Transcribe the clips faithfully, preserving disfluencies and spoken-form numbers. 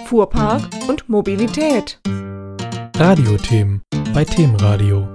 Fuhrpark und Mobilität. Radiothemen bei Themenradio.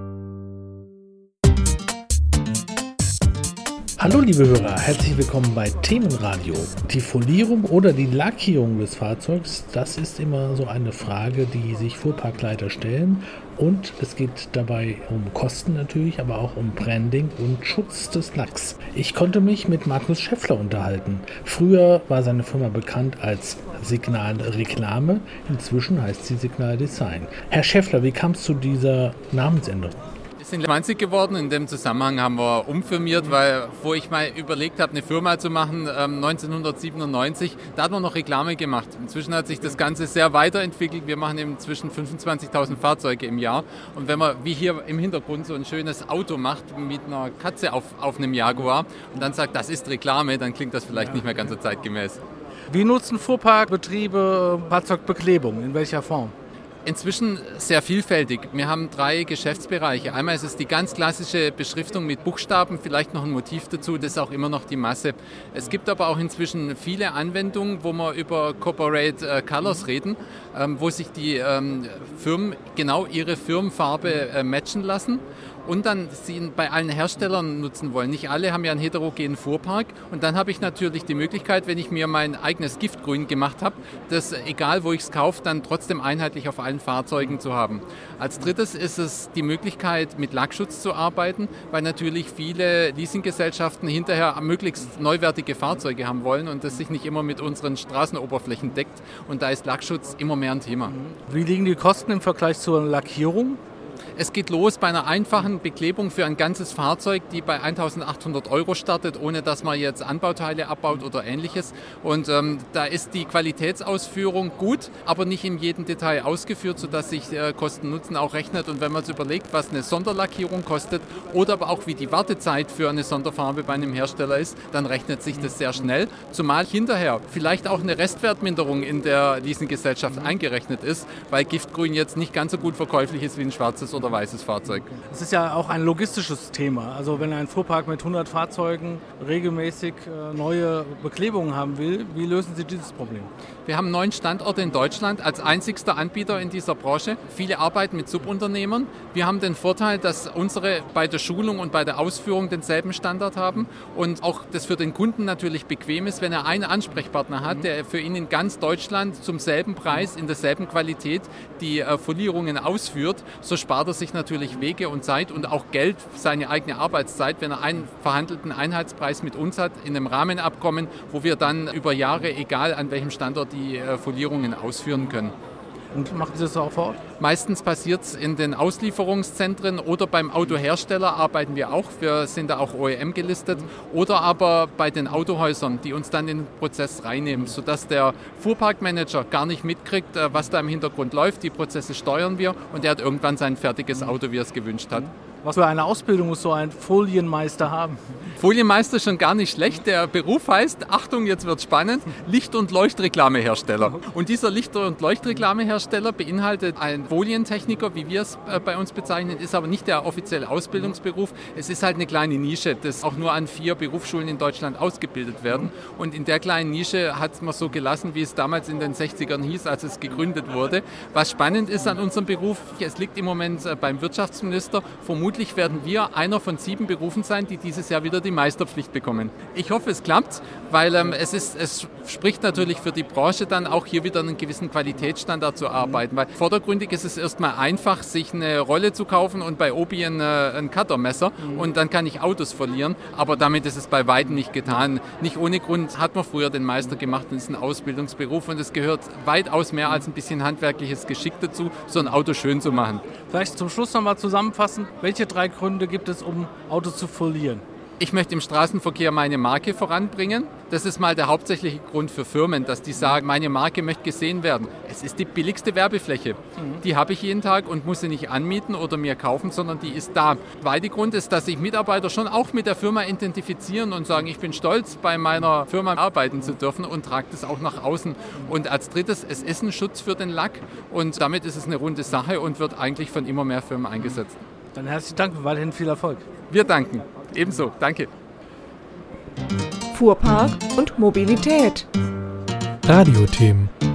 Hallo liebe Hörer, herzlich willkommen bei Themenradio. Die Folierung oder die Lackierung des Fahrzeugs, das ist immer so eine Frage, die sich Fuhrparkleiter stellen. Und es geht dabei um Kosten natürlich, aber auch um Branding und Schutz des Lacks. Ich konnte mich mit Markus Schäffler unterhalten. Früher war seine Firma bekannt als Signal Reklame, inzwischen heißt sie Signal Design. Herr Schäffler, wie kam es zu dieser Namensänderung? Wir sind zwanzig geworden, in dem Zusammenhang haben wir umfirmiert, weil wo ich mal überlegt habe, eine Firma zu machen, ähm, neunzehnhundertsiebenundneunzig, da hat man noch Reklame gemacht. Inzwischen hat sich das Ganze sehr weiterentwickelt. Wir machen inzwischen fünfundzwanzigtausend Fahrzeuge im Jahr. Und wenn man wie hier im Hintergrund so ein schönes Auto macht mit einer Katze auf, auf einem Jaguar und dann sagt, das ist Reklame, dann klingt das vielleicht nicht mehr ganz so zeitgemäß. Wie nutzen Fuhrparkbetriebe Fahrzeugbeklebung? In welcher Form? Inzwischen sehr vielfältig. Wir haben drei Geschäftsbereiche. Einmal ist es die ganz klassische Beschriftung mit Buchstaben, vielleicht noch ein Motiv dazu, das ist auch immer noch die Masse. Es gibt aber auch inzwischen viele Anwendungen, wo wir über Corporate Colors reden, wo sich die Firmen genau ihre Firmenfarbe matchen lassen und dann sie bei allen Herstellern nutzen wollen. Nicht alle haben ja einen heterogenen Fuhrpark und dann habe ich natürlich die Möglichkeit, wenn ich mir mein eigenes Giftgrün gemacht habe, das, egal wo ich es kaufe, dann trotzdem einheitlich auf allen Fahrzeugen zu haben. Als drittes ist es die Möglichkeit, mit Lackschutz zu arbeiten, weil natürlich viele Leasinggesellschaften hinterher möglichst neuwertige Fahrzeuge haben wollen und das sich nicht immer mit unseren Straßenoberflächen deckt und da ist Lackschutz immer mehr ein Thema. Wie liegen die Kosten im Vergleich zur Lackierung? Es geht los bei einer einfachen Beklebung für ein ganzes Fahrzeug, die bei eintausendachthundert Euro startet, ohne dass man jetzt Anbauteile abbaut oder ähnliches. Und ähm, da ist die Qualitätsausführung gut, aber nicht in jedem Detail ausgeführt, sodass sich äh, Kosten-Nutzen auch rechnet. Und wenn man sich überlegt, was eine Sonderlackierung kostet oder aber auch wie die Wartezeit für eine Sonderfarbe bei einem Hersteller ist, dann rechnet sich das sehr schnell. Zumal hinterher vielleicht auch eine Restwertminderung in der Leasinggesellschaft eingerechnet ist, weil Giftgrün jetzt nicht ganz so gut verkäuflich ist wie ein schwarzes oder weißes Fahrzeug. Es ist ja auch ein logistisches Thema. Also wenn ein Fuhrpark mit hundert Fahrzeugen regelmäßig äh, neue Beklebungen haben will, wie lösen Sie dieses Problem? Wir haben neun Standorte in Deutschland als einzigster Anbieter in dieser Branche. Viele arbeiten mit Subunternehmern. Wir haben den Vorteil, dass unsere bei der Schulung und bei der Ausführung denselben Standard haben und auch das für den Kunden natürlich bequem ist, wenn er einen Ansprechpartner hat, der für ihn in ganz Deutschland zum selben Preis, in derselben Qualität die äh, Folierungen ausführt. So spart er sich natürlich Wege und Zeit und auch Geld, seine eigene Arbeitszeit, wenn er einen verhandelten Einheitspreis mit uns hat in einem Rahmenabkommen, wo wir dann über Jahre, egal an welchem Standort, die äh, Folierungen ausführen können. Und machen Sie das auch vor Ort? Meistens passiert es in den Auslieferungszentren oder beim Autohersteller arbeiten wir auch. Wir sind da auch O E M gelistet. Oder aber bei den Autohäusern, die uns dann in den Prozess reinnehmen, sodass der Fuhrparkmanager gar nicht mitkriegt, was da im Hintergrund läuft. Die Prozesse steuern wir und er hat irgendwann sein fertiges Auto, wie er es gewünscht hat. Was für eine Ausbildung muss so ein Folienmeister haben? Folienmeister ist schon gar nicht schlecht. Der Beruf heißt, Achtung, jetzt wird spannend, Licht- und Leuchtreklamehersteller. Und dieser Licht- und Leuchtreklamehersteller beinhaltet einen Folientechniker, wie wir es bei uns bezeichnen, ist aber nicht der offizielle Ausbildungsberuf. Es ist halt eine kleine Nische, das auch nur an vier Berufsschulen in Deutschland ausgebildet werden. Und in der kleinen Nische hat man so gelassen, wie es damals in den sechzigern hieß, als es gegründet wurde. Was spannend ist an unserem Beruf, es liegt im Moment beim Wirtschaftsminister, vermutlich Vermutlich werden wir einer von sieben Berufen sein, die dieses Jahr wieder die Meisterpflicht bekommen. Ich hoffe, es klappt, weil ähm, es, ist, es spricht natürlich für die Branche dann auch hier wieder einen gewissen Qualitätsstandard zu arbeiten. Weil vordergründig ist es erstmal einfach, sich eine Rolle zu kaufen und bei Obi ein, ein Cuttermesser mhm. und dann kann ich Autos verlieren. Aber damit ist es bei weitem nicht getan. Nicht ohne Grund hat man früher den Meister gemacht und ist ein Ausbildungsberuf und es gehört weitaus mehr als ein bisschen handwerkliches Geschick dazu, so ein Auto schön zu machen. Vielleicht zum Schluss nochmal zusammenfassen, welche drei Gründe gibt es, um Autos zu folieren? Ich möchte im Straßenverkehr meine Marke voranbringen. Das ist mal der hauptsächliche Grund für Firmen, dass die sagen, meine Marke möchte gesehen werden. Es ist die billigste Werbefläche. Mhm. Die habe ich jeden Tag und muss sie nicht anmieten oder mir kaufen, sondern die ist da. Der zweite Grund ist, dass sich Mitarbeiter schon auch mit der Firma identifizieren und sagen, ich bin stolz, bei meiner Firma arbeiten zu dürfen und trage das auch nach außen. Und als drittes, es ist ein Schutz für den Lack und damit ist es eine runde Sache und wird eigentlich von immer mehr Firmen eingesetzt. Dann herzlichen Dank und weiterhin viel Erfolg. Wir danken. Ebenso. Danke. Fuhrpark und Mobilität. Radiothemen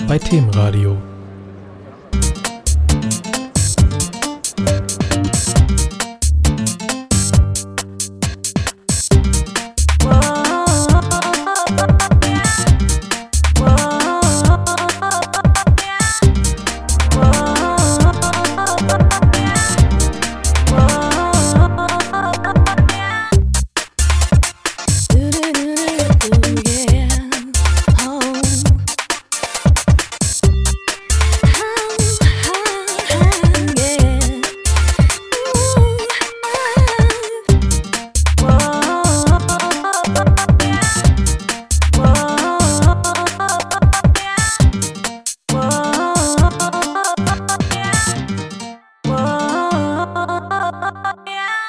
bei Themenradio.